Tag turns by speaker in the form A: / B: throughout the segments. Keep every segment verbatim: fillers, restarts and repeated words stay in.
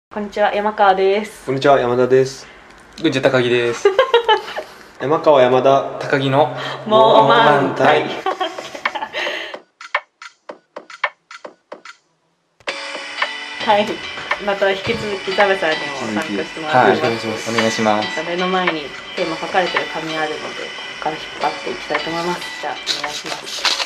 A: こんにちは、山川です。
B: こんにちは、山田です。
C: こんにちは、高木です。
B: 山川、山田、
C: 高木の
A: もう満タイ。はい、また引き続きザベさんにも参加してもらってます。
C: お願いします。
A: 目の前にテーマ書かれてる紙あるので、ここから引っ張っていきたいと思います。じゃあお願いします。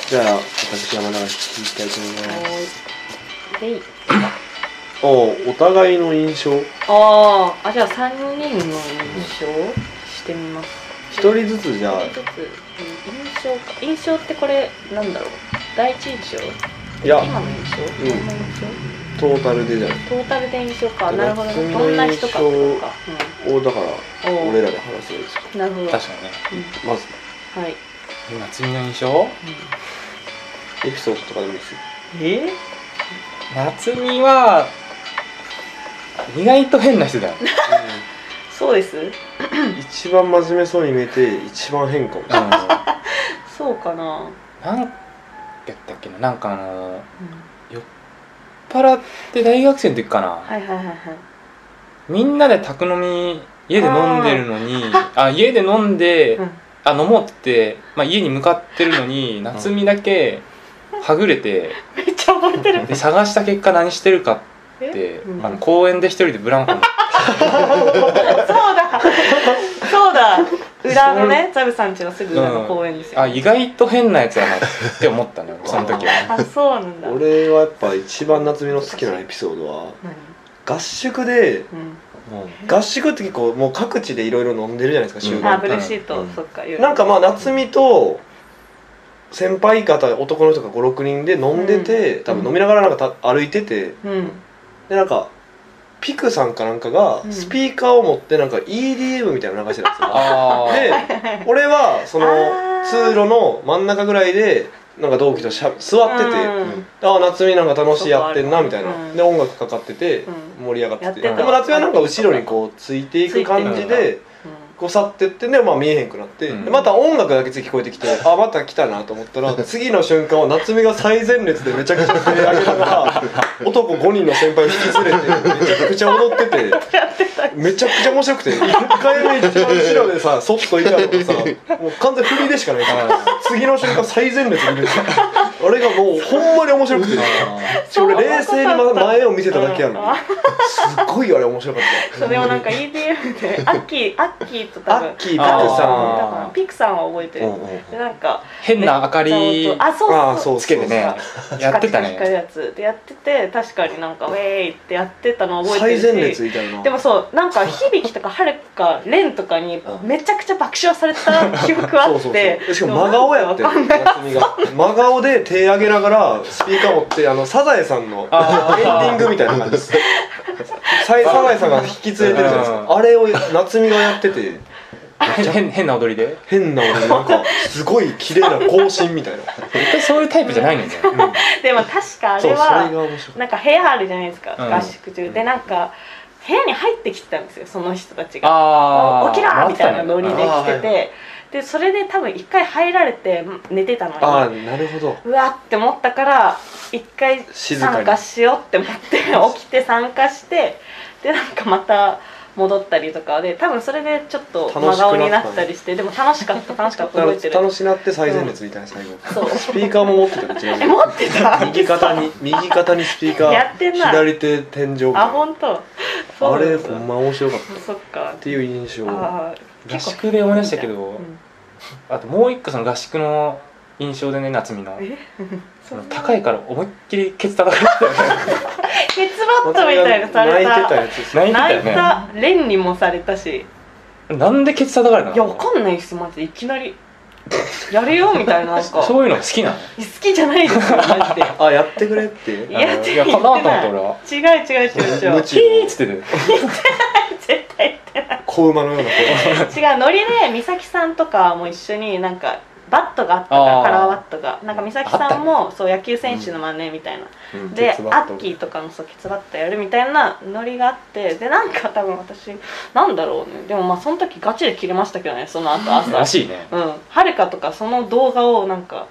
B: じゃあ私山田が引きたいと思います。
A: でい。
B: おお互いの印象。
A: ああ、あじゃあ三人の印象してみます。
B: 一人ずつじゃあ。
A: 一人ずつ印象か。印象ってこれなんだろう。第一印象。
B: いや。
A: 今の印象。
B: うん。
A: 今の印象。
B: トータルでじゃない。
A: トータルで印象か。なるほど。どんな人かとか。
B: をだから俺らで話すんですよ。
A: なるほど。
C: 確かにね。
B: まず。
A: はい。
C: 夏美の印象？
B: エピソードとかでもいいですよ。
A: え？
C: 夏美は意外と変な人だよ。
A: そうです。
C: 一
B: 番真面目そうに見えて一番変かもしれない。
A: そうかな。
C: なんやったっけな、なんかあの酔っ払って大学生の時かな。
A: はいはいはいはい。
C: みんなで宅飲み家で飲んでるのに、あ家で飲んで、あ飲もうってまあ家に向かってるのに夏美だけはぐれて、
A: めっちゃ覚えてる。
C: で探した結果何してるかって、あの公園で一人でブランコ乗って。
A: そうだそうだ、裏のねザブさん家のすぐ裏の公園ですよ、
C: うん、あ意外と変なやつやなって思ったのよその時は。
A: あそうなんだ。
B: 俺はやっぱ一番夏美の好きなエピソードは合宿で、うん、合宿って結構もう各地でいろいろ飲んでるじゃないですか、集
A: 合、うん、あブルーシート、うん、そっか。
B: なんかまあ夏美と先輩方男の人がごろくにんで飲んでて、うん、多分飲みながらなんかた歩いてて、うん、でなんかピクさんかなんかがスピーカーを持ってなんか イーディーエム みたいなの流してたんですよ。で俺はその通路の真ん中ぐらいでなんか同期としゃ座ってて、うん、ああ夏美なんか楽しいやってんなみたいな、うん、で音楽かかってて盛り上がってて、うん、でも夏美はなんか後ろにこうついていく感じでこう去ってってね、まあ見えへんくなって、うん、でまた音楽だけ次聞こえてきてあまた来たなと思ったら次の瞬間は夏美が最前列でめちゃくちゃ手上げながら男ごにんの先輩を引き連れてめちゃくちゃ踊っててめちゃくちゃ面白くていっかいめ一番後ろでさそっといたのがさもう完全振りでしかないから次の瞬間最前列にいるあれがもうほんまに面白くて俺冷静に前を見てただけやのにすっごいあれ面白かった。
A: そうでもなんか イーディーエム でアッキーアッキーと多分
B: アッキーピクさ
A: んピクさんは覚えてる。でなんか
C: 変な明かり
A: あそうそう
C: つけてねやってたね。
A: 光るやつでやってて確かになんかウェーイってやってたのを覚えてるし。
B: 最前列みたいな。
A: でもそうなんか響とかはるかレンとかにめちゃくちゃ爆笑された記憶あって。
B: しかも真顔やって夏美が真顔で手上げながらスピーカー持ってあのサザエさんのエンディングみたいな感じです。サザエさんが引き連れてるじゃないですか。あれを夏美がやってて
C: 変, 変な踊りで
B: 変な踊りなんかすごい綺麗な行進みたいな
C: 絶対そういうタイプじゃないのよね、うん、
A: でも確かあれはなんか部屋あるじゃないですか、うん、合宿中でなんか部屋に入ってきてたんですよその人たちが起きろみたいなノリで来ててでそれで多分一回入られて寝てたのに
B: ああなるほど
A: うわって思ったから一回参加しようって思って起きて参加してでなんかまた戻ったりとかで多分それでちょっと真顔になったりしてでも楽しかった楽しかった覚えてる
B: 楽しなって最前列みたいな最後、うん、そうスピーカーも持ってたうち
A: え持ってた
B: 右肩に右肩にスピーカー
A: やってんな
B: 左手天井
A: あ本当
B: あれほんま面白かった
A: そっか
B: っていう印象
C: 合宿で思い出したけど、うん、あともう一個その合宿の印象でね夏美の高いから思いっきりケツ叩かれてたよね
A: ケツバットみたいなされた
B: 泣いてたやつです
C: 泣いてたよね
A: 泣いたレンにもされたし
C: なんでケツ叩かれたの
A: いやわかんないですマジでいきなりやるよみたいななんか
C: そういうの好きなの好
A: きじゃないですよマジで
B: あやってくれって
A: やって
C: いやかなと思って俺は
A: 違う違う違う違う
C: ヒーッつってて
A: 言ってない絶対言ってない
B: 子馬のような子
A: 違うノリで美咲さんとかも一緒になんかバットがあったからカラーバットがなんか美咲さんもそう野球選手の真似みたいな、うん、でアッキーとかのそうケツバットやるみたいなノリがあってでなんか多分私なんだろうねでもまあその時ガチで切れましたけどねその後朝
C: らしいね
A: うんはるかとかその動画をなんか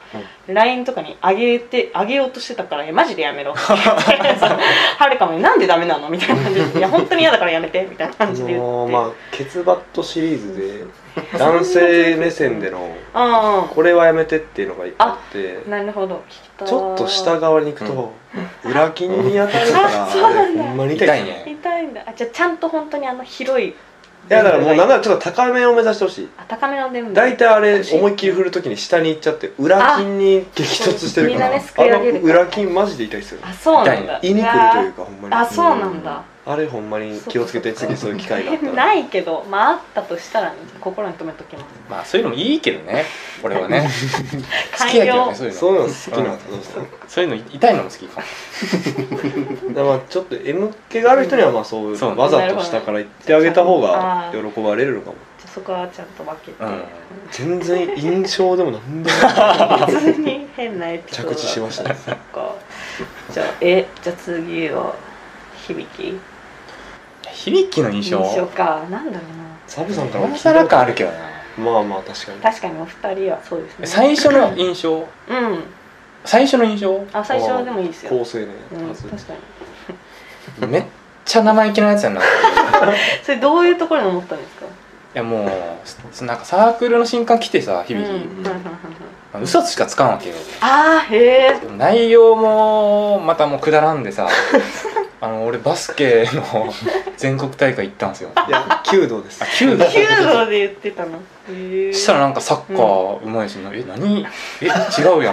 A: ライン とかに上げて上げようとしてたから「いやマジでやめろ」って言ってはるかもに「なんでダメなの?」みたいな感じで「いや本当に嫌だからやめて」みたいな感じで言って、
B: まあケツバットシリーズで男性目線での
A: 「
B: これはやめて」っていうのがあって、
A: なるほど、
B: ちょっと下側に行くと裏筋に当たるからあれほんまに痛いね。
A: 痛いんだ。あ、じゃあちゃんと本当にあの広い、
B: いやだからもうなんならちょっと高めを目指してほしい。
A: あ、高めのでも
B: 大体あれ思いっきり振るときに下に行っちゃって裏筋に激突してるから、
A: みんなねすくい上げるから、
B: あの裏筋マジで痛いっすよ。
A: あ、そうなんだ。
B: 胃にくるというかほんまに。
A: あ、そうなんだ。
B: あれほんまに気をつけて、次そういう機会があったら
A: ないけど、まああったとしたら、ね、心に留めときます。ま
C: あそういうのもいいけどね、俺はね好きやけどね、そういうの。
B: そういうの好きなんだ、
C: そういうの痛いのも好きかも。
B: だからちょっと M 気がある人にはまあそういうわざと下から言ってあげた方が喜ばれるのかも。
A: じゃあそこはちゃんと分けて、
B: 全然印象でもなんでも
A: 普通に変なエピソード
B: 着地しましたね。
A: そっか。じゃあえじゃあ次は響き
C: 響きの印象
A: 印象か、なんだろうな。
B: サブさんから
C: 今更感あるけどな。
B: まあまあ確かに
A: 確かにお二人はそうですね。
C: 最初の印象、
A: うん、
C: 最初の印象、
A: あ、最初でもいいですよ。
B: 高青年や
A: うん、
B: ったはず。
A: 確かに
C: めっちゃ生意気なやつやな
A: それどういうところに思ったんですか？
C: いやもうなんかサークルの新刊来てさ、響き、うんまあ、嘘しかつかんわけよ。
A: あー、へえ。
C: 内容もまたもうくだらんでさあの俺バスケの全国大会行ったんですよ。
B: いや弓道です。
C: あ、弓道
A: 弓道で言ってたの。へえ。
C: したらなんかサッカーうまいし、うん、え何え違うやん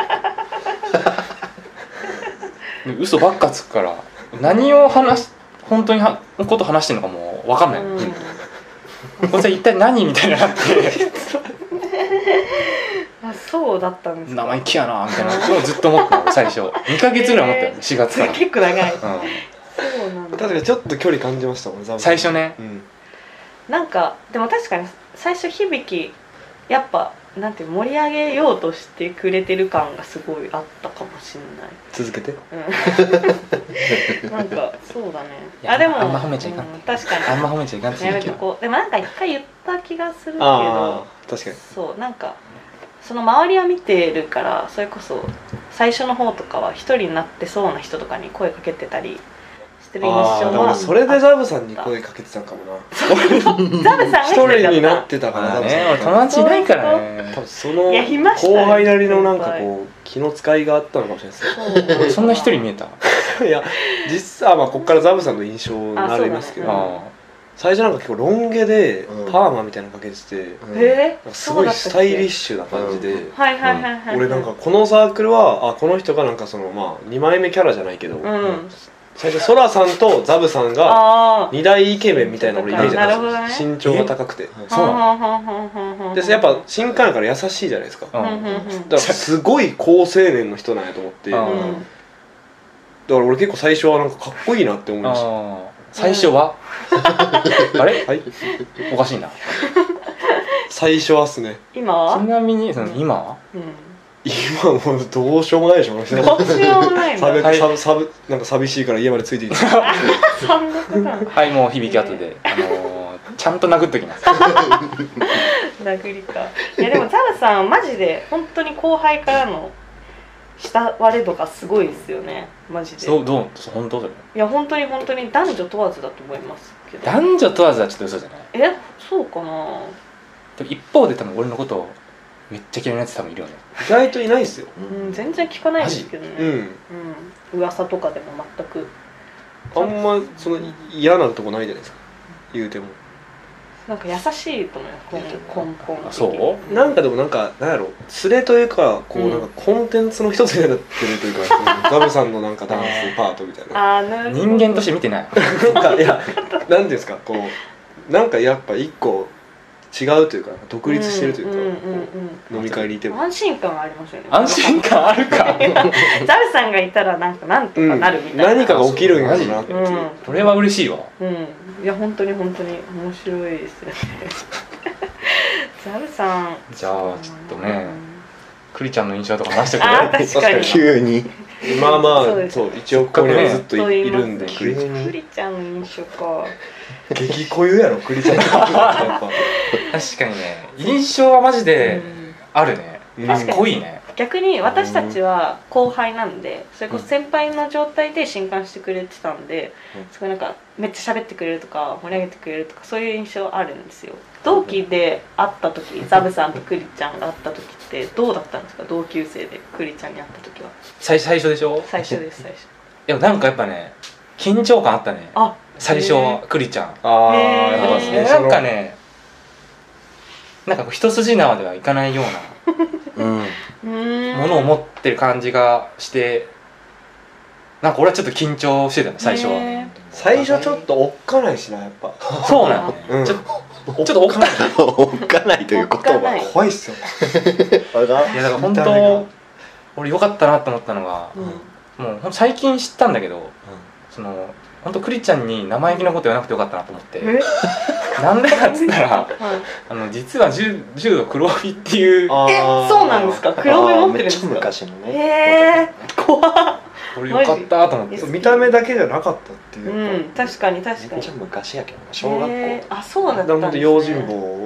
C: 嘘ばっかつくから何を話し本当にはこと話してんのかもう分かんない、うん、こいつは一体何みたいになって
A: あ、そうだったんですか。
C: 生意気やなみたいなのをずっと思ったの最初にかげつぐらい思ったよ、しがつから。
A: 結構長い、うん、そうなんだ。
B: 確かにちょっと距離感じましたもん
C: 最初ね、
B: うん、
A: なんかでも確かに最初響きやっぱなんて盛り上げようとしてくれてる感がすごいあったかもしれない。
B: 続けて、
A: うん、なんかそうだね。あ、でも
C: あんま褒めちゃいかん、うん、
A: 確かに
C: あんま褒めちゃいかんって
A: やめとこう。でもなんか一回言った気がするけど、
B: あ確かに
A: そうなんかその周りは見てるから、それこそ最初の方とかは一人になってそうな人とかに声かけてたりしてる印象は。
B: それでザブさんに声かけてたんかもな
A: ザブさんが
B: 一人になってたから
C: ね。俺友達いないからね。
B: 多分その後輩なりのなんかこう気の使いがあったのかもしれないですね。
C: そんな一人見えた
B: いや実はまあこっからザブさんの印象になりますけど、ね、最初なんか結構ロン毛でパーマみたいなのかけてて、うん、すごいスタイリッシュな感じで、俺なんかこのサークルはあこの人がなんかそのまあにまいめキャラじゃないけど、うん、最初ソラさんとザブさんが二大イケメンみたいな俺イメージだったんですよ、ね、身長が高くて。
C: そうなの
B: でやっぱ新刊やから優しいじゃないですか、うん、だからすごい高青年の人なんやと思って、うん、だから俺結構最初はなんかかっこいいなって思いました。
C: 最初はあれ、
B: はい、
C: おかしいな
B: 最初はっすね。
A: 今は
C: ちなみにその今は、うん、
B: 今もうどうしようもないでしょ。どう
A: しようもないの
B: サビ、サビ、サビなんか寂しいから家までついてきて
C: はい、もう響き後で、あのー、ちゃんと殴っときます
A: 殴りか。いやでもザブさんマジで本当に後輩からの慕われ度がすごいですよね、マジで。
C: そう、どう本当それ。
A: いや本当に本当に男女問わずだと思いますけど。
C: 男女問わずはちょっと嘘じゃない。
A: え、そうかな。
C: でも一方で多分俺のことをめっちゃ嫌いなやつ多分いるよね。
B: 意外といないですよ、
A: うん、全然聞かないですけどね、うん、うん、噂とかでも全く
B: あんまその嫌なとこないじゃないですか、言うても。
A: なんか優しいと思うよ、根本的に。
C: そう
B: なんかでもなんかなんやろ連れというかこうなんかコンテンツの一つになってるというか、ザブさんのなんかダンスパートみたいな。
A: あ、なるほど。
C: 人間として見てない
B: なんかいやなんていうんですか、こうなんかやっぱ一個違うというか独立してるというか、飲み会にいても
A: 安心感がありますよね。
C: 安心感あるか
A: ザブさんがいたらなんかなんとかなるみたいな、
B: うん、何かが起きるんやろなって、うん、
C: それは嬉しいわ。
A: うん、いや本当に本当に面白いですよねザブさん。
C: じゃあちょっとね、クリちゃんの印象とか話してくれ。
A: あ、確かに
B: 急にまあまあそう、そう一応ここにはずっといるんで、
A: クリちゃんの印象か。
B: 激濃ゆやろクリちゃんやっぱ
C: 確かにね、印象はマジであるね、うん、
A: 確かに
C: 濃いね。
A: 逆に私たちは後輩なんで、それこそ先輩の状態で新刊してくれてたんで、すごいなんかめっちゃ喋ってくれるとか盛り上げてくれるとかそういう印象あるんですよ。同期で会った時、ザブさんとクリちゃんが会った時ってどうだったんですか？同級生でクリちゃんに会った時は。
C: 最最初でしょ？
A: 最初です最初。
C: いやなんかやっぱね緊張感あったね。
A: あ、
C: 最初はクリちゃん。
B: ああ、やっぱ
C: ね、なんかね、なんかこう一筋縄ではいかないようなものを持ってる感じがして、なんか俺はちょっと緊張してたの最初は。
B: 最初ちょっとおっかないしな、やっぱ。
C: そうなの、うん、ちょっとちょっとおっかない
D: おっかないという言葉
B: 怖いっすよ。
C: いやだから本当俺良かったなと思ったのが、うん、もう最近知ったんだけど、うん、その本当クリちゃんに生意気なこと言わなくてよかったなと思って。なんでかっつったら、はい、あの実は柔道黒帯っていう。
A: え、そうなんですか？黒帯持ってるんですか？
D: めっちゃ昔のね。
A: えー、怖っ。
C: 俺よかったと思って。
B: 見た目だけじゃなかったっていう。
A: うん、確かに確かに。
D: めっちゃ昔やけど小学校、
A: えー、あ、そうなんだったんですね。
B: 用心棒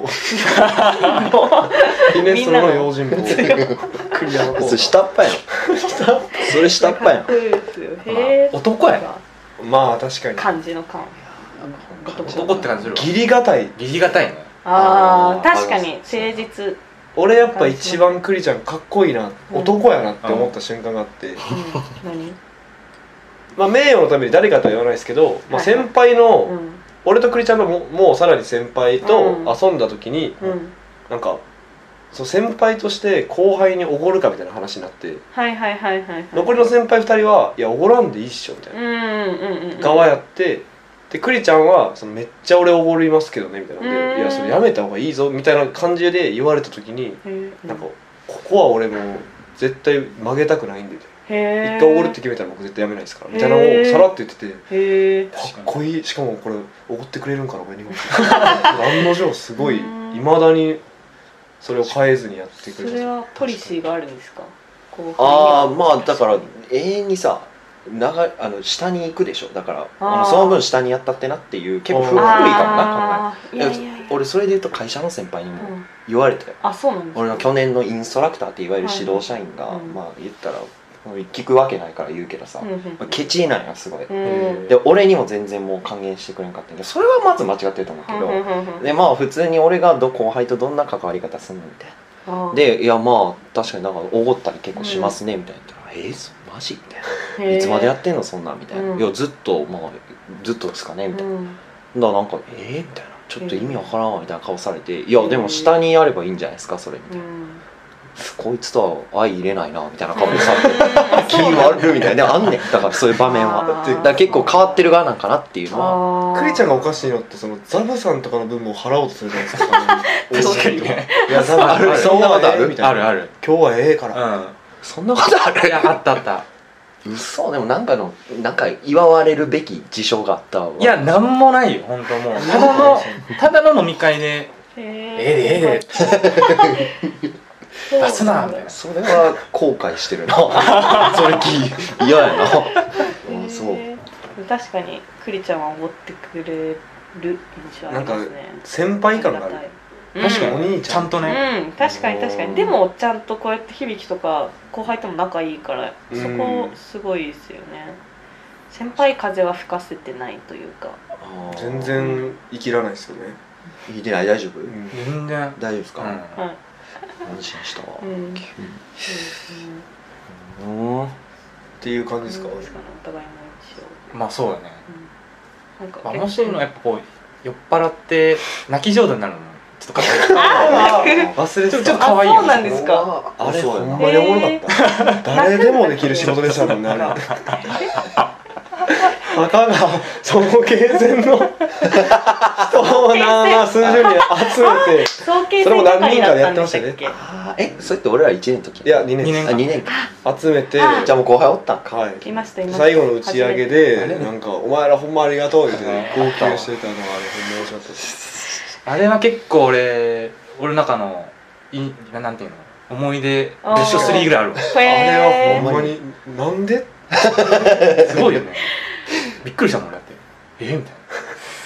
B: イネストロの用心棒クリアの
D: それ下っ端やんそれ下っ端やん、ま
C: あ、男やな。
B: まあ確かに
A: 感じの感
C: 男って感じするわ。
B: ギリがたい
C: ギリがたいね。
A: ああ、確かに誠実。
B: 俺やっぱ一番クリちゃんかっこいいな、うん、男やなって思った瞬間があって、うん、
A: 何？
B: まあ名誉のために誰かとは言わないですけど、まあ、先輩の、うん、俺とクリちゃんのももうさらに先輩と遊んだ時に、うん、なんかそう先輩として後輩におごるかみたいな話になって、
A: はいはいはいはい、はい、
B: 残りの先輩ふたりはいやおごらんでいいっしょみたいな、うんうんうん、側やって。でクリちゃんはそのめっちゃ俺おごりますけどねみたいなので、いやそれやめた方がいいぞみたいな感じで言われた時に、なんかここは俺もう絶対曲げたくないんで、一回おごるって決めたら僕絶対やめないですからみたいなのをさらっと言ってて、かっこいい。しかもこれおごってくれるんかな俺にも案の定すごいいまだにそれを変えずにやってくれる。
A: それはポリシーがあるんですか？
D: ああ、まあだから永遠にさ長あの下に行くでしょ。だからあのその分下にやったってなっていう結構古いかもな考え。いやいやいや俺それで言うと会社の先輩にも言われて、うん、
A: あ、そうなんですか。
D: 俺の去年のインストラクターっていわゆる指導社員が、はい、まあ言ったら聞くわけないから言うけどさ、うんまあ、ケチなんやすごい、うん、で俺にも全然もう還元してくれんかったんで、それはまず間違ってると思うけど、うん、でまあ普通に俺がど後輩とどんな関わり方すんのみたいな、でいやまあ確かになんかおごったり結構しますねみたいな言ったら、うん、えー、そマジみたいな、いつまでやってんのそんなんみたいな、うん、いやずっとまあずっとですかねみたいな、うん、だからなんかえー、みたいなちょっと意味わからんわみたいな顔されて、いやでも下にやればいいんじゃないですかそれみたいな、うん、こいつとは相入れないなみたいな顔されて気悪いみたいな、あんねんだからそういう場面はだから結構変わってる側なんかなっていうのは。
B: クリちゃんがおかしいのってそのザブさんとかの分も払おうとするじゃないですか
C: 確かにね。
B: いやザブある
D: そんなことある
B: みたいな、
C: あるある
B: 今日はええから、
C: うん、
D: そんなことある。
C: いやあったあった。
D: 嘘。でもなんかのなんか祝われるべき事象があったわ。
C: いやなんもないよ本当もうただのただの飲み会でええでええで出すなみたいな。
D: それは後悔してるなそれ嫌やなうん、そう
A: 確かにクリちゃんは思ってくれる印象ありますね。なんか
B: 先輩感がある。確かにお兄ちゃん、
C: ちゃんとね、
A: うん、確かに確かに。でもちゃんとこうやって響とか後輩とも仲いいからそこすごいですよね。先輩風は吹かせてないというか
B: 全然生きらないですよね。
D: 生きてない。大丈夫？
C: 全然
D: 大丈夫ですか？
C: うん、
D: 安心したわ。
B: うん、っていう感じですか？
A: お互いの
C: 一応まあそうだね、うん、なんか面白いのはやっぱこう酔っ払って泣き上手になるのちょっと可愛い。忘れてた。ちょっと可愛いよ。
A: そうなんですか。
B: あれほんまにおもろかった。誰でもできる仕事でしたもんねあれ。赤がその経線の人をな数十人集めて、それも何人かでやってましたね。
D: え、それって俺らいちねんの時？
B: いやにねん。
D: あにねん
B: か。集めて、じ
D: ゃあもう後輩おったんか。
B: はい。
A: いましたいました。
B: 最後の打ち上げでなんかお前らほんまありがとうって号泣してたのがあれほんま面白かったです。
C: あれは結構俺俺の中のいなんていうの思い出ベストスリーぐらいある。
B: あれはほんまになんです
C: ごいよね。びっくりしたもんだって。えみたいな。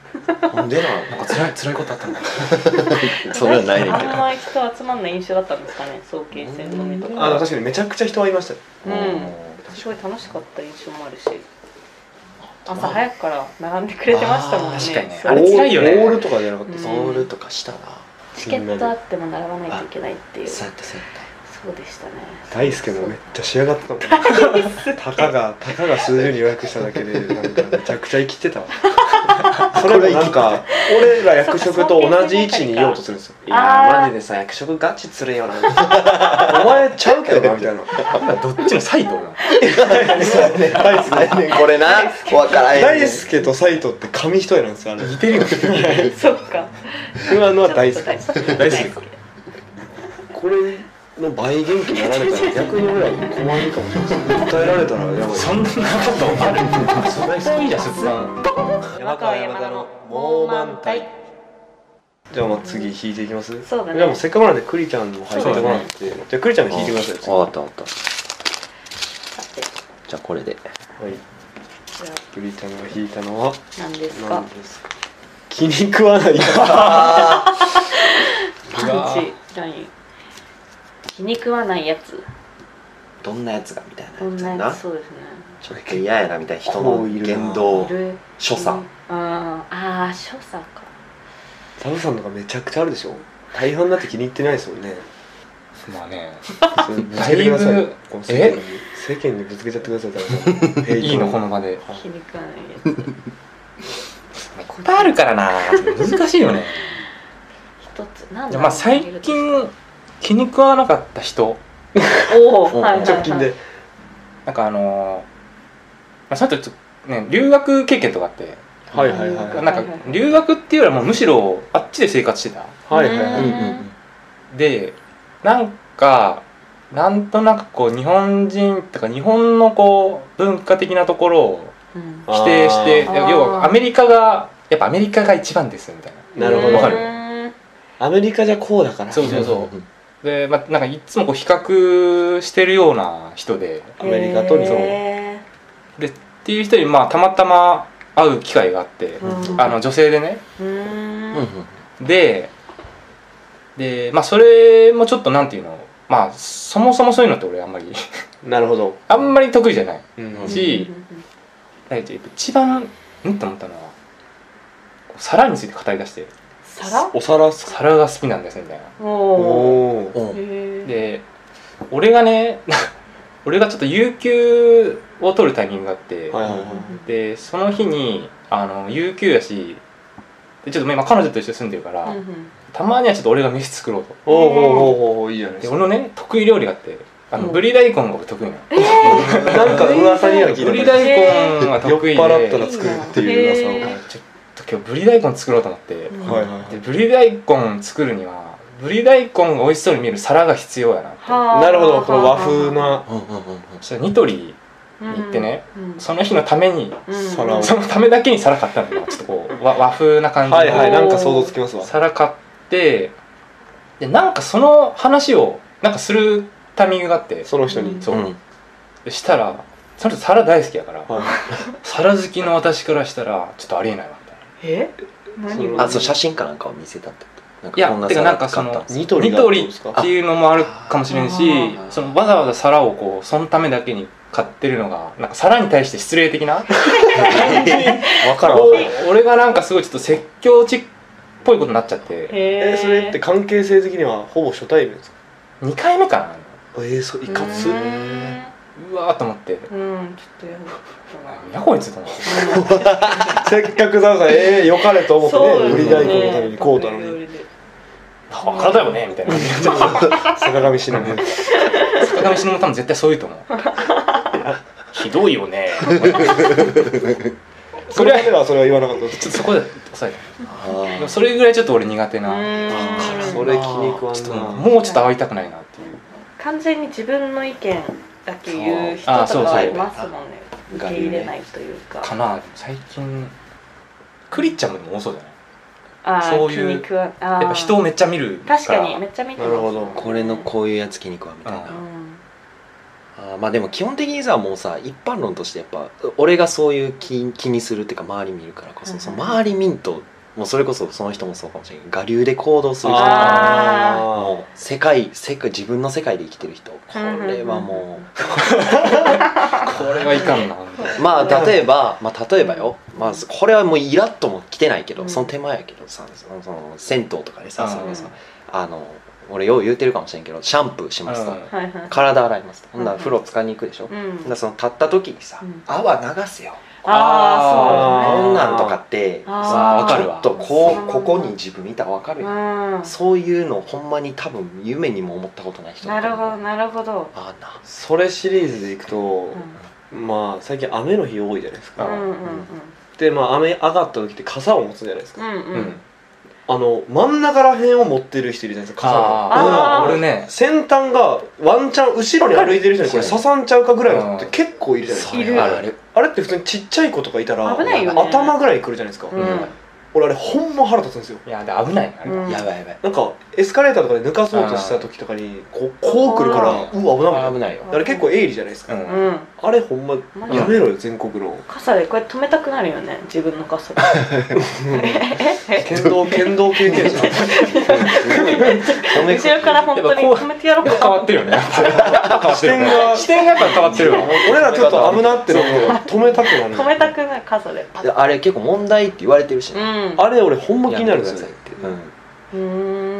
D: なんでな
C: なんか辛い辛いことあったんだ
D: それはないねんけど
A: あんまり人集まんない印象だったんですかね、早慶戦のみとか。
B: あ確かにめちゃくちゃ人はいましたよ。
A: うんすごい楽しかった印象もあるし、朝早くから並んでくれてましたもんね。
C: 確かにね
A: そう
C: あれ辛いよね。
B: オールとかじゃなかったですか。
A: うん
D: オールとかしたな。
A: チケットあっても並ばないといけないっていう。
D: そうやったそうやっ
A: そうでしたね。
B: 大輔もめっちゃ仕上がってたもん。たかがたかが数十人予約しただけでなんかめちゃくちゃ生きてたわ。それもなんか俺ら役職と同じ位置にいようとするんですよ。
D: た。いやーマジでさ役職ガチつれよな。
B: お前ちゃうけどなみたいな。
C: どっちの斎藤なの
B: 大輔
D: これな分からへんねん。
B: 大輔と斎藤って紙一重なんですよあれ。
C: 似てるよ
A: そっか。
B: 今のは大輔。
A: 大輔。
C: 大輔
B: これの倍元気になられたら逆に俺ら困るかもしれないです。訴えられたらやばい。
C: そんなことあるそれそういいじゃん出版
A: 山川山田のもう満タイ。
B: じゃあまあ次弾いていきます。
A: そうだね
B: じゃあもうせっかくなんでクリちゃんも入ってもらって、じゃあクリちゃんが弾いてください。
D: 分かった分かった。
A: さて、
D: じゃあこれで
B: はい。
A: じゃ
B: クリちゃんが弾いたのは
A: あ何ですか
B: 何。ですか。気に食わない。
A: パンチ何。気に食わないやつ。
D: どんなやつがみたい
A: どん
D: なやつやな。
A: なやつ。そうですね。
D: ちょっと嫌やなみたいな人の言動
A: いる
D: 所作。
A: ああ所作か。
B: サブさんとかめちゃくちゃあるでしょ。大半だって気に入ってないですもんね。
C: まあね
B: それぶつけてください。
C: だいぶ
B: この世間に世間にぶつけちゃってください。サブさん
C: いいのこの場で
A: 気に食わないやつ。
C: いっぱいあるからな難しいよね
A: 一つなんだ。
C: まあ最近気に食わなかった人
A: おおはいはいはい。
B: 直近で。
C: なんかあのー、まあその人ちょっとね留学経験とかあって
B: はいはいはいはい。
C: なんか留学っていうよりはもうむしろあっちで生活してた
B: はいはいはい。
A: うんうん
C: でなんかなんとなくこう日本人とか日本のこう文化的なところを
A: うん
C: 否定して
A: あー
C: 要はアメリカがやっぱアメリカが一番ですみたいな
B: なるほど。
C: わかる
A: うん
B: アメリカじゃこうだから。
C: そうそうそうで、まあ、なんかいつもこう比較してるような人で
B: アメリカと日本。
A: へ
C: でっていう人にまあたまたま会う機会があって、
A: ーうん
C: あの女性でね
A: うーん
C: ででまあそれもちょっとなんていうのまあそもそもそういうのって俺あんまり
B: なるほど。
C: あんまり得意じゃない
B: うん
C: しだけど一番んって思ったのは皿について語り出して
A: 皿
B: お皿っすか。
C: 皿が好きなんですみたいな
A: おお
B: おお。
A: へえ
C: で俺がね俺がちょっと有給を取るタイミングがあって、
B: はいはいはい。
C: でその日にあの有給やしでちょっと今彼女と一緒に住んでるから、たまにはちょっと俺が飯作ろうと
B: おおおおおいいじゃないでか。
C: です俺のね得意料理があってあの
A: うん
C: ぶり大根が俺得意なの
B: なんか噂には聞いた
C: ぶり大根が
B: 酔っ
C: 得意で
B: 払ったら作るっていう噂を。
A: へー
C: あちょっと今日ぶり大根作ろうと思って、
A: うん
B: はいはい
C: でぶり大根作るにはぶり大根が美味しそうに見える皿が必要やなって
A: はあ
B: なるほど、この和風な
D: うんうんうん
C: そしたらニトリに行ってね、
A: うん
C: その日のために
A: うん
B: 皿を
C: そのためだけに皿買ったのよちょっとこう和和風な感じの、
B: はいはい、なんか想像つきますわ。
C: 皿買ってでなんかその話をなんかするタイミングがあって
B: その人に。
C: そう、
D: うん
C: でしたらその人皿大好きやから、
B: はい。
C: 皿好きの私からしたらちょっとありえないわみたいな
A: え何
B: そ
A: が
D: あそう写真かなんかを見せたってこと
C: いや
D: こん
C: てかなんかその
D: 皿買ったんです
B: ニトリ
C: ニトリ
B: がどうですか。
C: っていうのもあるかもしれんし
A: あー
C: そのわざわざ皿をこうそのためだけに買ってるのがなんか皿に対して失礼的な
B: わからん。
C: こう俺がなんかすごいちょっと説教値っぽいことになっちゃって
A: へ
B: え、それって関係性的にはほぼ初対面ですか。
C: にかいめかな
B: えー、そう、いかつ。
A: う
C: うわーと思って
A: んうんちょっとや
C: 何やこいつと思って
B: せっかくザウさん、ええ、良かれと思って
A: そう
B: ね、売り大根のために買うたのに。
C: バカだよねみたいな
B: 坂上忍。
C: 坂上忍も多分絶対そう言うと思うひどいよね
B: それではそれは言わなかったです。
C: ちょっとそこで抑え
D: あ
C: たそれぐらいちょっと俺苦手な
B: それ気に食わ
C: ちょっと
B: んな。
C: もうちょっと会いたくないなっていう
A: 完全に自分の意見だけ言う人
C: あそうそう
A: とかいますもんね。受け入れないというか。
C: かな最近クリッちゃんもでも多そうじゃない
A: あー
C: そういう
A: 気に食わあー
C: やっぱ人をめっちゃ見るから
A: 確かにめっちゃ見てます。
B: なるほど
D: これのこういうやつ気に食わみたいな、
A: うん
D: あまあでも基本的にさもうさ一般論としてやっぱ俺がそういう気気にするっていうか周り見るからこそ、うん、その周り見んともうそれこそその人もそうかもしれない我流で行動する人もう世界世界自分の世界で生きてる人これはもう
C: これはいかんな
D: まあ例えばまあ例えばよ、まあ、これはもうイラッとも来てないけど、うん、その手前やけどさそのその銭湯とかでさ、うん、それさあの俺よう言うてるかもしれんけどシャンプーしますと、うん、体洗いますと、ほんなら風呂使いに行くでしょ、うん、ほんならその立った時にさ、うん、泡流すよ。
A: ああそう
D: こんなんとかってさちょっとこうここに自分見たら分かるよ、うん、そういうのほんまに多分夢にも思ったことない人
A: なるほどなるほど
D: あーな
B: それシリーズでいくと、うん、まあ最近雨の日多いじゃないですか、うんうんうん、でまあ雨上がった時って傘を持つじゃないですか、うんうんあの真ん中ら辺を持ってる人いるじゃないですか傘
C: が俺ね
B: 先端がワンチャン後ろに歩いてる人にこれ刺さんちゃうかぐらいのって結構いるじゃないですか。
A: いる
B: あれあれって普通にちっちゃい子とかいたら
A: 危ないよね
B: 頭ぐらい来るじゃないですか、うん、俺あれほんま腹立つんですよ。
C: いやで危ないあれ、
D: うん、やばいやばい
B: なんかエスカレーターとかで抜かそうとした時とかにこうこう来るからうわ危ない
D: 危ないよ。
B: あれ結構鋭利じゃないですか、うん、あれほんまやめろよ全国の
A: 傘でこうやって止めたくなるよね自分の傘で
B: 剣道剣道経験者
A: 後ろから本当に止めてやろうか
C: 変わってるよね
B: 視点が
C: 視点がやっぱ変わってるわ
B: 俺らちょっと危なっての止めたくなる
A: 止めたくない傘で
D: あれ結構問題って言われてるしね、
A: うん、
B: あれ俺ほんま気になるんですよ、
D: うん、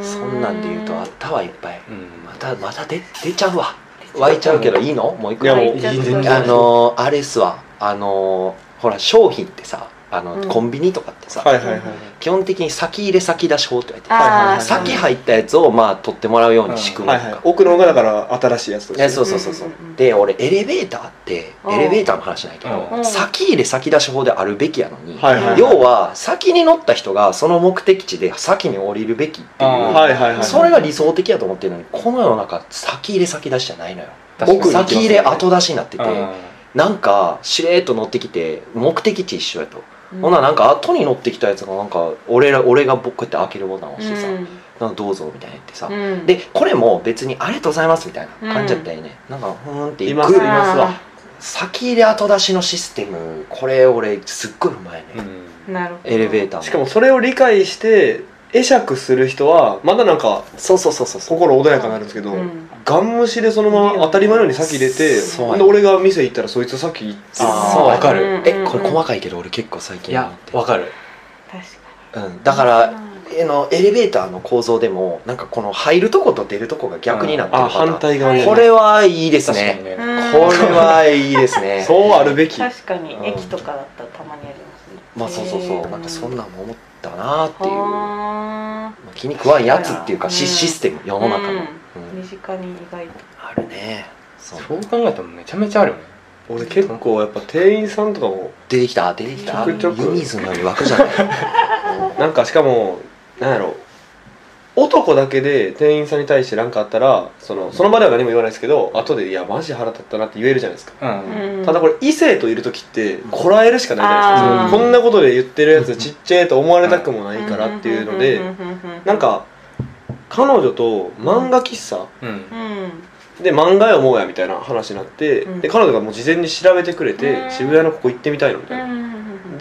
D: そんなんで言うとあったはいっぱい、うん、またまた出出ちゃうわ湧いちゃうけどいいのもう一個
B: いやもう
D: あのー、あれっすわあのー、ほら商品ってさあの、うん、コンビニとかってさ、
B: はいはいはい、
D: 基本的に先入れ先出し法って言われてる、はいはいはい、先入ったやつをまあ取ってもらうように仕組むとか、はいはい、
B: 奥の方がだから新しいやつとして、
D: ね、そうそうそうそう、うんうんうん、で俺エレベーターってエレベーターの話ないけど、うん、先入れ先出し法であるべきやのに、はいはいはい、要は先に乗った人がその目的地で先に降りるべきっていう、
B: はいはいはい、
D: それが理想的やと思ってるのにこの世の中先入れ先出しじゃないのよ。奥先入れ後出しになってて、うん、なんかしれーっと乗ってきて目的地一緒やと、うん、ほんならなんか後に乗ってきたやつがなんか俺ら俺がこうやって開けるボタンを押してさ、うん、なんかどうぞみたいな言ってさ、うん、でこれも別にありがとうございますみたいな感じだったよね、うん、なんかふーんって
B: いますいますわ
D: 先入れ後出しのシステムこれ俺すっごいうまいね、
A: うん、なるほど。
D: エレベーター
B: しかもそれを理解して会釈する人はまだなんか
D: そうそうそうそう
B: 心穏やかになるんですけど、うん、ガン無視でそのまま当たり前のように先入れて、で俺が店行ったらそいつ先行って
D: そうわかる、えこれ細かいけど俺結構最近
C: いやわかる
A: 確
D: かに、うん、だからえのエレベーターの構造でもなんかこの入るとこと出るとこが逆になってるパターン、
B: うん、反対側に
D: これはいいですね、ね、これはいいですね
B: そうあるべき。
A: 確かに、うん、駅とかだったらたまにありますね。
D: まあそうそうそうなんかそんなんも思ったなっていう、まあ、気に食わんやつっていうか、うん、システム世の中の、うん
A: うん、身近に意外と
D: あるね。
C: そう考えたらめちゃめちゃあるよね。
B: 俺結構やっぱ店員さんとかも
D: 出てきた出てきた
B: ちょくちょく
D: 湯水のように湧くじゃない
B: なんかしかもなんやろ男だけで店員さんに対して何かあったらそのその場では何も言わないですけど後でいやマジ腹立ったなって言えるじゃないですか、うん、ただこれ異性といる時ってこらえるしかないじゃないですか、うん、こんなことで言ってるやつちっちゃいと思われたくもないからっていうのでなんか彼女と漫画喫茶、うんで漫画読もうやみたいな話になって、うん、で彼女がもう事前に調べてくれて、うん、渋谷のここ行ってみたいのみたいな、うん、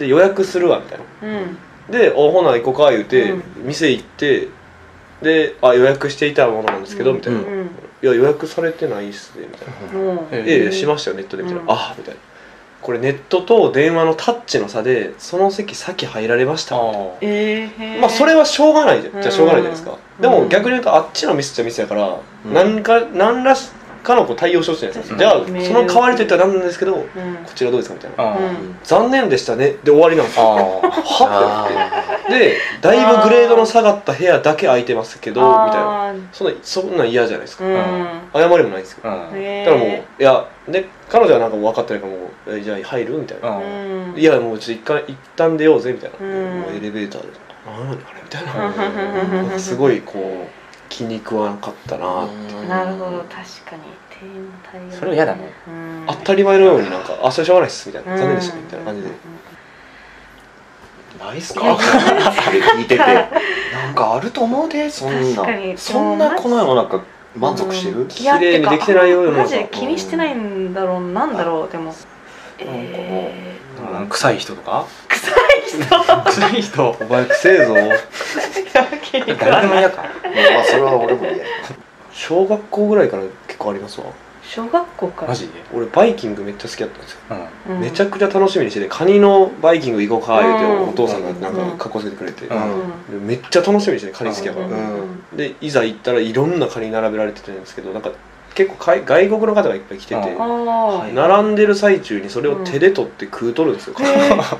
B: で予約するわみたいな、うん、でおほな行こうか言うて、うん、店行ってであ予約していたものなんですけど、うん、みたいな、うん、いや予約されてないっすねみたいな、うん、ええしましたよネットでみたいな、うん、あみたいなこれネットと電話のタッチの差でその席先入られましたみたいな、えー、まあそれはしょうがないじゃ、うん、じゃしょうがないじゃないですか、うん、でも逆に言うとあっちのミスっちゃミスやから、うん、何か何らかのこう対応してほしいじゃないですか、うん、じゃあその代わりといったら何なんですけど、うん、こちらどうですかみたいな、うん、残念でしたねで終わりなんですよはっでだいぶグレードの下がった部屋だけ空いてますけどみたいなそんなそんなん嫌じゃないですか、うん、謝りもないですけど、うん、だからもういやで彼女はなんかもう分かってないからもうじゃあ入るみたいな、うん、いやもうちょっと一回一旦出ようぜみたいな、うん、もうエレベーターで何あれみたいな、なんかすごいこう気に食わなかったなって。
A: なるほど確かに店員の対応
C: それは嫌だね。
B: 当たり前のようになんかあそれしょうがないっすみたいな残念でしたねみたいな感じで
D: ないっすかそれ聞いててなんかあると思うでそんなそんなこの世の中満足してる？
B: 綺麗にできてないような。
A: マジで気にしてないんだろう。なんだろう。でも
C: えー、臭い人とか？
A: 臭い人
C: 臭い人
B: お前臭えぞ。
C: 誰でも嫌か。
D: まあそれは俺も嫌や。
B: 小学校ぐらいから結構ありますわ。
A: 小学校から
C: マジで？
B: 俺バイキングめっちゃ好きだったんですよ、
C: うん、
B: めちゃくちゃ楽しみにしてて、カニのバイキング行こうか言うて、うん、お父さんがなんか格好つけてくれて、うん、めっちゃ楽しみにしてて、カニ好きやから、うん、でいざ行ったらいろんなカニ並べられてたんですけど、なんか結構外国の方がいっぱい来てて、並んでる最中にそれを手で取って食うとるんですよ、うん、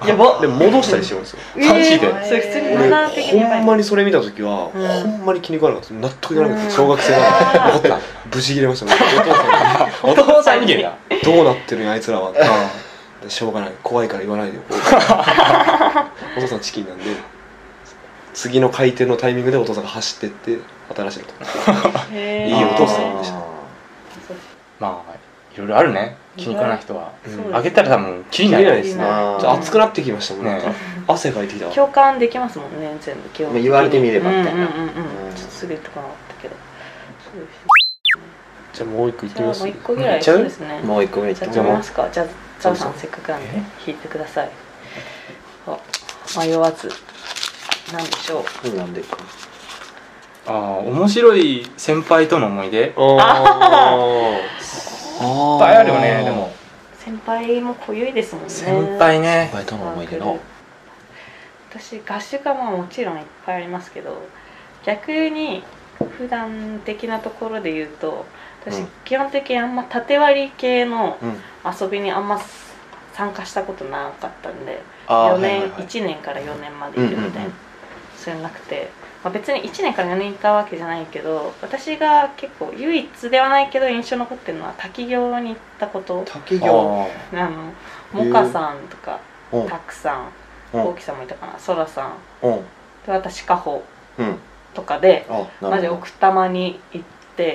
B: やばで戻したりしてるんですよ、
A: えー、マジでそれ普通にマナー的に
B: ほんまにそれ見た時は、うん、ほんまに気に食わなかった、納得いかなかった、小学生だから怒ったブチ切れましたね、
C: お父さんにお父さんに
B: どうなってるんやあいつらはでしょうがない、怖いから言わないでよお父さんチキンなんで、次の回転のタイミングでお父さんが走ってって新しいのといいお父さんでした。
C: まあいろいろあるね、気に食わない人は、うん、あげたら多分切りない
B: ですね。熱くなってきましたもんね、汗かいてきた。
A: 共感できますもんね、全部基本的に
D: 言われてみればみたいな。
A: ちょっとすぐとかなかったけど。
B: じゃあもう一個いってみます。
A: もう一個ぐらいそうですね。
D: もう一個ぐらいいって
A: みますか。じゃあザオさんせっかくなんで引いてください。迷わず。なんでしょう。
D: なんでか。
C: ああ、面白い先輩との思い出。
B: あ
C: あ。いっぱいあるよね。でも
A: 先輩も濃ゆいですもんね。
C: 先輩ね。
D: 先輩との思い出の。
A: 私合宿はもちろんいっぱいありますけど、逆に普段的なところで言うと、私基本的にあんま縦割り系の遊びにあんま参加したことなかったんで、よねんいちねんからよねんまでいるみたいな、それなくて。まあ、別にいちねんからよねんいたわけじゃないけど、私が結構唯一ではないけど印象に残ってるのは滝行に行ったこと。
D: 滝行
A: あのモカさんとかタクさん、コウキさんもいたかな、ソラさんで、私カホとかでマジ奥多摩に行って、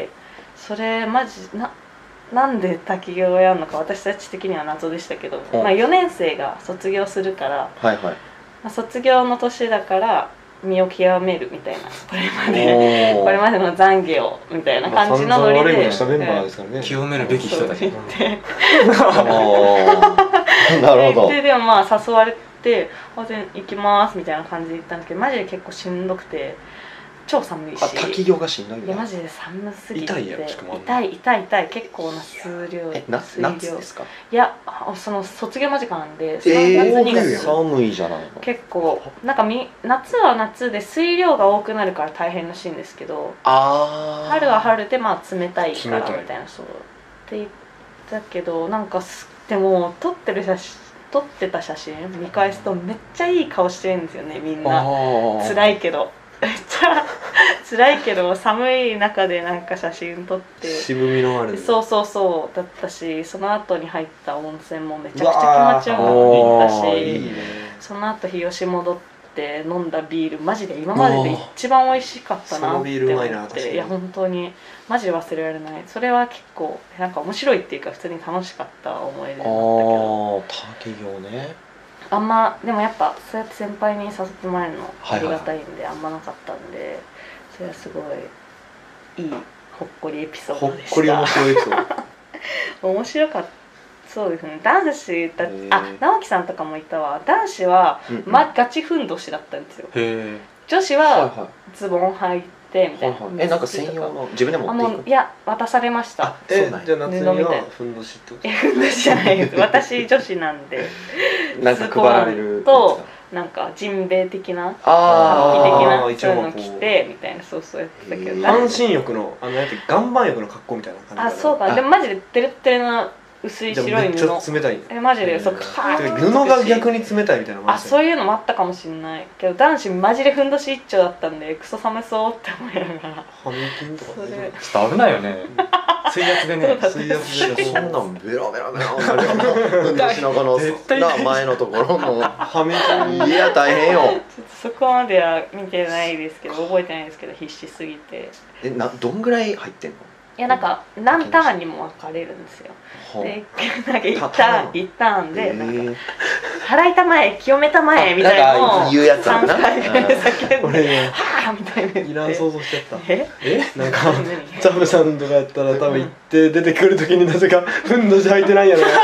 A: それマジななんで滝行をやるのか私たち的には謎でしたけど、まあ、よねん生が卒業するから、
D: はいはい、
A: まあ、卒業の年だから身を極めるみたいな、これまでこれまでの懺悔をみたいな感じのノリで、
B: まあ、したメンバーですからね、
C: 清めるべき人たち
A: って
D: なるほど。
A: ででもまあ誘われて「あ全行きます」みたいな感じで行ったんですけど、マジで結構しんどくて、超寒いし。
D: あ、滝行がしんどいんだ。
A: いやマジで寒すぎて
B: 痛いやろ、しかも
A: 痛い痛い痛い、結構な数量。
D: え、な夏ですか？
A: いや、その卒業間近なんで、
D: さんがつにがつ寒いじゃないの。
A: 結構なんかみ夏は夏で水量が多くなるから大変らしいんですけど、
D: あ
A: 春は春でまあ冷たいからみたいな、そうって言ったけど、なんかでも撮ってる写真撮ってた写真見返すとめっちゃいい顔してるんですよね、みんな。辛いけどめっちゃ辛いけど寒い中でなんか写真撮って、
B: 渋みのある、
A: そうそうそうだったし、その後に入った温泉もめちゃくちゃ気持ちよかったし、いい、ね、その後日吉戻って飲んだビールマジで今までで一番美味しかったなって思って、いや本当にマジで忘れられない。それは結構なんか面白いっていうか普通に楽しかった思い出だったけど。
D: 滝行ね。
A: あんまでもやっぱそうやって先輩に誘ってもらえるのありがたいんで、はいはい、あんまなかったんで、それはすごいいいほっこりエピソードでした。
B: ほっこり面白いエピソー
A: ド面白かった。そうですね、男子たち、あ、直樹さんとかもいたわ。男子は、うんうん、ま、ガチふんどしだったんですよ。
C: へ
A: 女子はズボン履いてみたいな、
D: はいはい、え、なんか専用の自分で持っていく？
A: あ、もういや渡されました。
B: あ、え、じゃあ夏にはふんどしってこと？
A: え、ふんどしじゃないです私女子なんで
D: なんか配られる
A: となんかジンベエ的な
D: あ
A: ー的なそういうの着てみたいな、そうそうやってたけど、
B: 半身浴のあのやつ岩盤浴の格好みたいな感じ。
A: あ、そうか。でもマジでテレテレな薄い白い布。
B: めっちゃ冷たい。
A: え、マジで、そう、
B: 布が逆に冷たいみたいな。
A: あ、そういうのもあったかもしれないけど、男子マジでふんどし一丁だったんでクソ寒そうって思いながら。
B: ハミキンとかね。
C: ちょっと危ないよね。水圧でね。
B: 水圧で
D: そんなんベラベラベラなるよな。ふんどしのこのな前のところのハミキン、いや大変よ。ちょっ
A: とそこまでは見てないですけど、覚えてないですけど必死すぎて。
D: え、などんぐらい入ってんの？
A: いやなんか何ターンにも分かれるんですよ。でなんかいちターンいちターンでなんか払いたまえ清めたまえみたいなのを
D: 言うやつあるな。
A: さんかいぐらい叫んで
B: 俺ね
A: はぁみたいな言って
B: いらん想像しちゃった。
A: え
B: えなんかザブさんとかやったら多分行って出てくる時になぜかふんどし履いてないやろな。い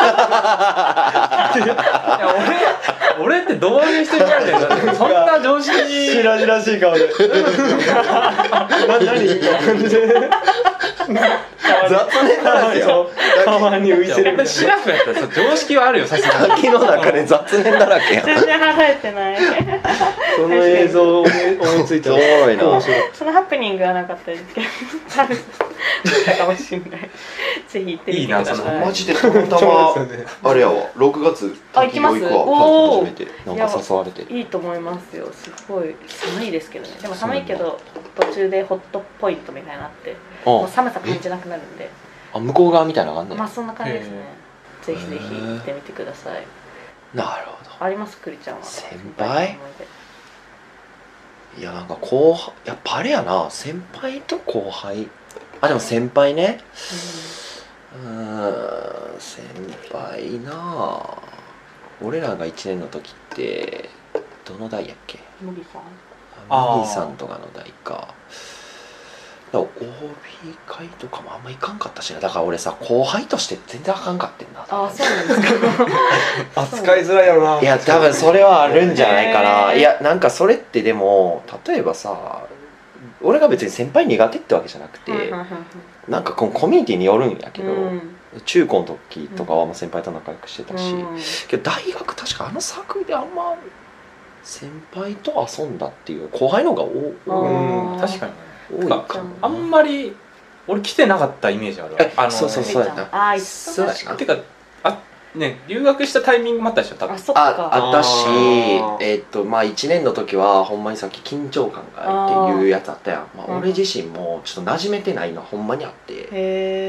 C: や俺俺ってどういう人になるんだよ。そんな常識
B: しらじらしい顔でな何みたいな感じで
D: 雑念だらけよ。
B: たまに浮いてるみたい
C: シラフやったら常識はあるよ、さすがに。
D: 滝の中で雑念だらけやん。
A: 全然払えてない
B: その映像を思いついたら
D: おもろいな。
A: そのハプニングはなかったですけど多分だったかもしれない。ぜひ行ってみてください。
C: いいなその
D: マジでたまたまあれやわ、ろくがつ
A: あ行きます。
D: 滝行くわ。
A: お
D: 初めてなんか誘われて。
A: いいと思いますよ。すごい寒いですけどね。でも寒いけど途中でホットポイントみたいなのあってもう寒さ感じなくなるんで、
D: あ、向こう側みたいなのがあんねん。
A: まあそんな感じですね。ぜひぜひ行ってみてください。
D: なるほど。
A: ありますクリちゃんは
D: 先輩？いやなんか後輩、やっぱあれやな、先輩と後輩。あ、でも先輩ね。うーん、先輩なあ。俺らがいちねんの時ってどの代やっけ？
A: 麦さん。
D: あ、麦さんとかの代か。だから オービー 会とかもあんまいかんかったしな。だから俺さ、後輩として全然あかんかってんな。
A: ああ、そうなんですか。
B: 扱いづらいよな。
D: いや多分それはあるんじゃないかな。いやなんかそれってでも例えばさ、俺が別に先輩苦手ってわけじゃなくて、なんかこのコミュニティによるんやけど、うん、中高の時とかはもう先輩と仲良くしてたし、うん、けど大学確かあのサークルであんま先輩と遊んだっていう後輩の方が多い。
C: 確かに
D: 多いか
C: あんまり俺来てなかったイメージあるわ。あの
D: そうそうそうやな。
A: ああ、そうやな。
C: てかあね、留学したタイミングもあったでしょ多分。
A: あ、そっか。
D: あったし、えー、っとまあいちねんの時はほんまにさっき緊張感があるっていうやつあったやん。まあ、俺自身もちょっと馴染めてないのはほんまにあって、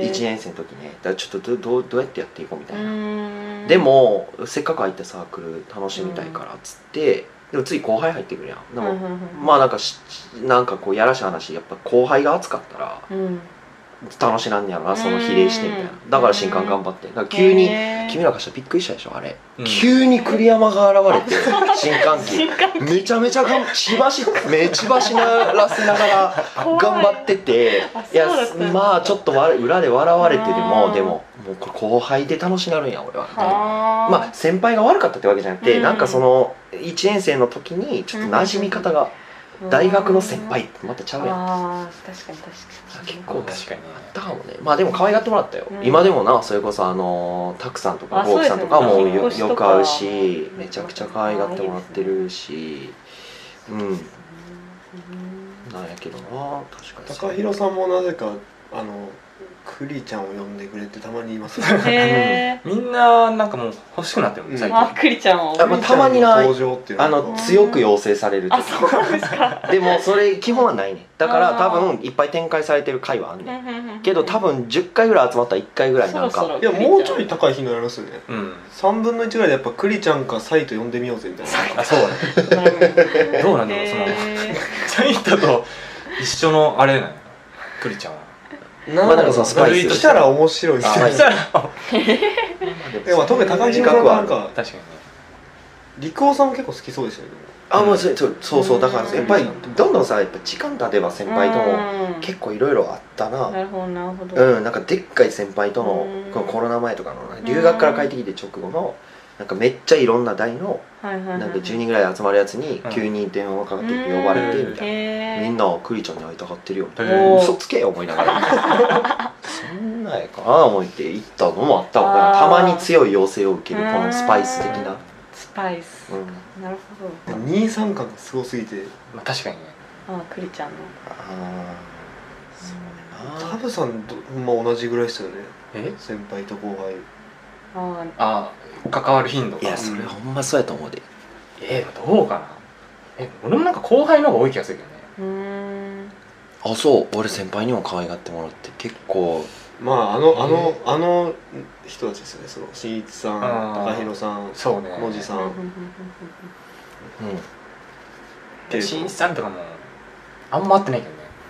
D: いちねん生の時ね、だからちょっとどうどうやってやっていこうみたいな。でもせっかく入ったサークル楽しみたいからっつって、でもつい後輩入ってくるやん。でもまあなんかしなんかこうやらしい話、やっぱ後輩が熱かったら、うん楽しなんやろな、その比例してみたいな。だから新刊頑張って、だから急に君らからしたらびっくりしたでしょあれ、うん、急に栗山が現れて新歓期めちゃめちゃがん血走め血走らせながら頑張ってて、いやまあちょっと裏で笑われてでもでももうこれ後輩で楽しなるんや俺はみたいな。まあ先輩が悪かったってわけじゃなくて、うん、なんかそのいちねん生の時にちょっと馴染み方が大学の先輩ってまたちゃうやん。
A: ああ確かに確かに
D: 結構確かにあったかもね。まあでも可愛がってもらったよ、うん、今でもな。それこそあのタクさんとかボーキさんとかも よ, よく会うし、めちゃくちゃ可愛がってもらってるし、うん、うん、なんやけどな。確かに
B: 高弘さんもなぜかあのクリちゃんを呼んでくれてたまに言いますね。
C: みんななんかもう欲しくなってるもん最近。
A: あ、クリちゃんを。
D: あ、まあ、たまになあの強く要請されると。
A: あ、そうなんですか。
D: でもそれ基本はないね。だから多分いっぱい展開されてる回はあんねん。けど多分じゅっかいぐらい集まったらいっかいぐらいなんか。
B: いやもうちょい高い頻度になりますよね。うん。さんぶんのいちぐらいでやっぱクリちゃんかサイト呼んでみようぜみたいな。
C: あ、そうね。どうなんだろうそのサイトと一緒のあれなのクリちゃんは。
B: まあなんかそのスパイスしたら面白いですよね。でも特に高橋さんはなんか
C: 確かにね。
B: 陸尾さんも結構好きそうですよね。
D: あ、もうそうそうそう、だからやっぱりどんどんさやっぱ時間経てば先輩とも結構いろいろあったな。
A: なるほどなるほど。
D: うん、なんかでっかい先輩とのこのコロナ前とかの留学から帰ってきて直後のなんかめっちゃいろんな代のなんかじゅうにんぐらい集まるやつに急に電話かかってきて呼ばれてみたいな。みんなクリちゃんに会いたがってるよみたいな。嘘つけよ思いながらそんなやかな思って行ったのもあったわ。たまに強い要請を受けるこのスパイス的な。
A: スパイス、うん、なるほど。
B: にさん感がすごすぎて、
C: まあ、確かにね。
A: ああ、クリちゃんの
D: ああ
B: そうやな。タブさんとまあ同じぐらいですよね。え先輩と後輩。
C: ああ関わる頻度が。
D: いやそれほんまそうやと思うで。
C: えー、どうかな。え俺もなんか後輩の方が多い気がするけどね。う
D: ーん。あ、そう。俺先輩にも可愛がってもらって結構。
B: まああのあのあの人たちですよね。そのしんいちさん、高弘さん、
C: そうね、
B: もじさん。うん。
C: でしんいちさんとかもあんま会ってないけどね。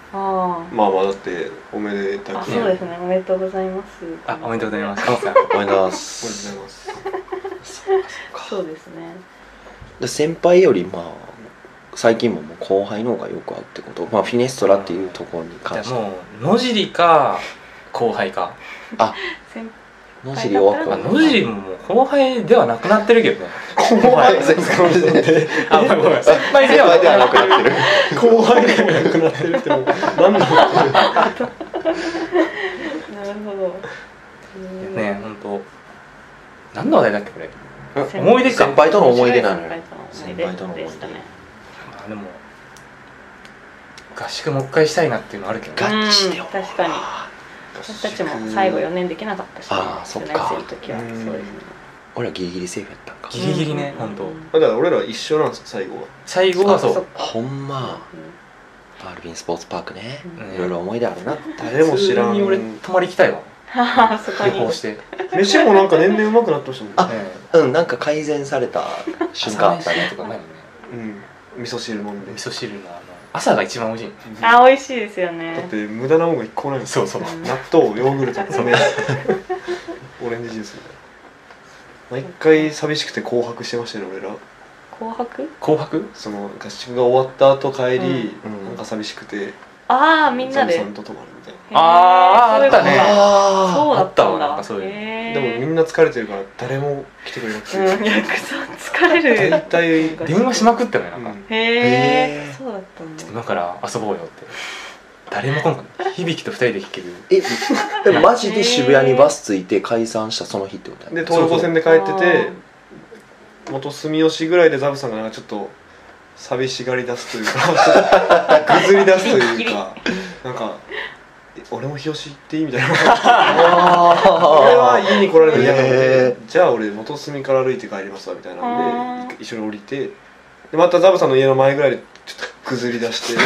A: あ
B: まあまあだっておめでた
A: く、そうですね、おめでとうございます。
C: あ、おめでとうございます。
D: おめでとうございま
B: す。
A: そうですね。
D: で先輩よりまあ最近ももう後輩の方がよく会うってこと、まあフィネストラっていうところに関して
C: もう野尻か後輩か。
D: あ、野尻弱くは
C: 野尻ももう後輩ではなくなってるけどね。
D: 後輩先輩で
C: あ、ごめんごめん、先輩ではなくなってる。
B: 後輩ではなくなってるってもう何なんだろう。
A: なるほど。
C: ね、本当。何の話題だっけこれ。思い出か。
D: 先輩との思い出なのよ。
A: 先輩との思い出。
C: まあでも合宿もう一回したいなっていうのあるけど。
D: ガチで。
A: 確かに。私たちも最後よねんできなかったし、
D: ああ、そっか。俺らギリギリセーフやったんか。
C: ギリギリね、本当。
B: だから俺ら一緒なんですよ最後は。
C: 最後はそう。
D: ほんま。バルビンスポーツパークね。いろいろ思い出あるな。
B: 誰も知らん。
C: 俺泊まり行きたいわ。
A: そこに。
C: 旅行して。
B: 飯もなんか年々うまくなってましたもんね。
D: うん、なんか改善された瞬間あったねとかね。
B: うん。味噌汁飲んで。
C: 味噌汁のあの朝が一番美味しい。
A: あ、美味しいですよね。
B: だって無駄なもんが一個もない。
C: そうそう。
B: 納豆、ヨーグルト、米、オレンジジュースみたいな。毎回寂しくて紅白してましたよね俺ら。
A: 紅白？
C: 紅白？
B: その合宿が終わった後帰り、なんか寂しくて。
A: ああ、みんなで。
B: ザブさんと泊まるみたい
C: な。ああ、あったね。
A: そうだったんだ。
B: でもみんな疲れてるから誰も来てくれなくて。
A: うん、いや、疲れる。
B: 大体
C: 電話しまくったよね、なんか。
A: へえ、そうだったんだ。
C: 今から遊ぼうよって。誰も来んかった。響と二人で弾ける。
D: え、マジで渋谷にバス着いて解散したその日ってこと
B: で、東横線で帰ってて、元住吉ぐらいでザブさんがなんかちょっと寂しがり出すというか、ぐずり出すというか、なんか。俺も日吉行っていいみたいな。俺は家に来られるの嫌なので、じゃあ俺元住から歩いて帰りますわみたいなんで一緒に降りて、でまたザブさんの家の前ぐらいでちょっとぐずり出して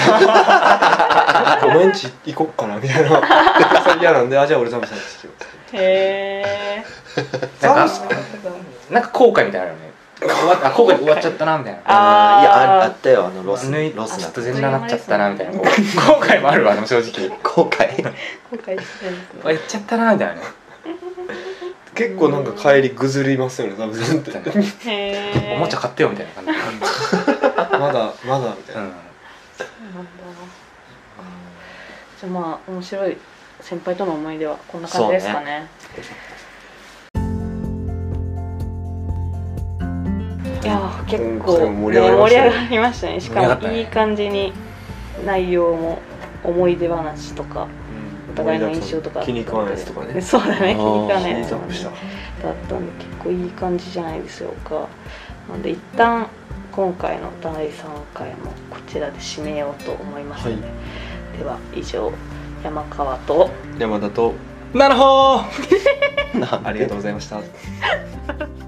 B: 「お前んち行こっかな」みたいな。それ嫌なんで「あ、じゃあ俺ザブさんに行きます」。
A: へえ。
C: なんか後悔みたいなのね。終わった後悔終わっちゃったなみたいな。
D: ああ、いやあったよ、あのロス
C: ロスちょっと全裸になっちゃったなみたいな。後悔もあるわ、でも正直。
D: 後悔
A: 後悔してるんですね。
C: やっちゃったなみたいな。
B: 結構なんか帰りぐずりますよね、ザブさんって。
A: へえ。
C: おもちゃ買ってよみたいな感じ。
B: まだまだみたいな。そうなんだ。
A: じゃあまあ面白い先輩との思い出はこんな感じですかね。いや結構盛り上がりましたね。しかもいい感じに内容も思い出話とかお互いの印象とか
B: 気に食わないやつとかね。
A: そうだね、気に食わないやつ
B: だ
A: ったんで結構いい感じじゃないでしょうか。なので一旦今回のだいさんかいもこちらで締めようと思いますので、では以上山川と
B: 山田と
C: なるほど
B: ありがとうございました。